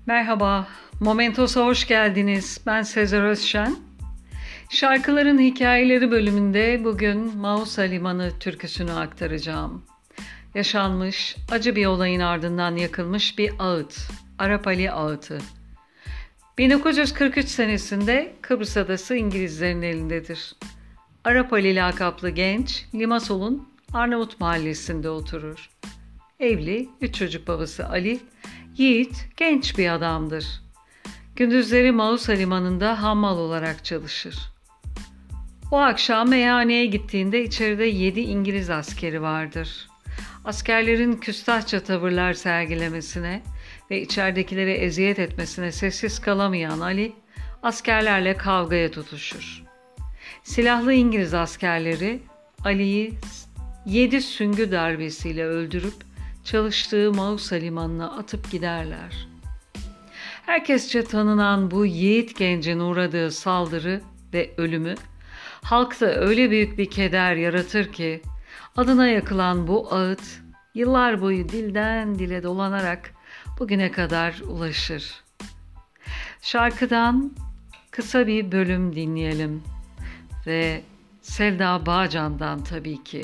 Merhaba, Momentos'a hoş geldiniz. Ben Sezer Özşen. Şarkıların Hikayeleri bölümünde bugün Mausa Limanı türküsünü aktaracağım. Yaşanmış, acı bir olayın ardından yakılmış bir ağıt, Arap Ali Ağıtı. 1943 senesinde Kıbrıs Adası İngilizlerin elindedir. Arap Ali lakaplı genç, Limasol'un Arnavut mahallesinde oturur. Evli, 3 çocuk babası Ali, yiğit, genç bir adamdır. Gündüzleri Mausa Limanı'nda hammal olarak çalışır. O akşam meyhaneye gittiğinde içeride 7 İngiliz askeri vardır. Askerlerin küstahça tavırlar sergilemesine ve içeridekilere eziyet etmesine sessiz kalamayan Ali, askerlerle kavgaya tutuşur. Silahlı İngiliz askerleri Ali'yi 7 süngü darbesiyle öldürüp çalıştığı Mausa Limanı'na atıp giderler. Herkesçe tanınan bu yiğit gencin uğradığı saldırı ve ölümü halkta öyle büyük bir keder yaratır ki adına yakılan bu ağıt yıllar boyu dilden dile dolanarak bugüne kadar ulaşır. Şarkıdan kısa bir bölüm dinleyelim ve Selda Bağcan'dan tabii ki.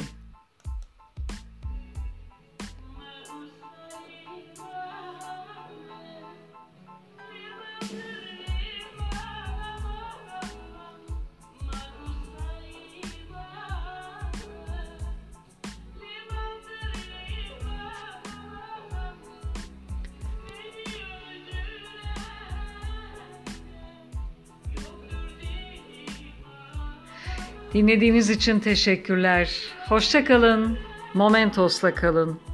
Dinlediğiniz için teşekkürler. Hoşça kalın. Momentos'la kalın.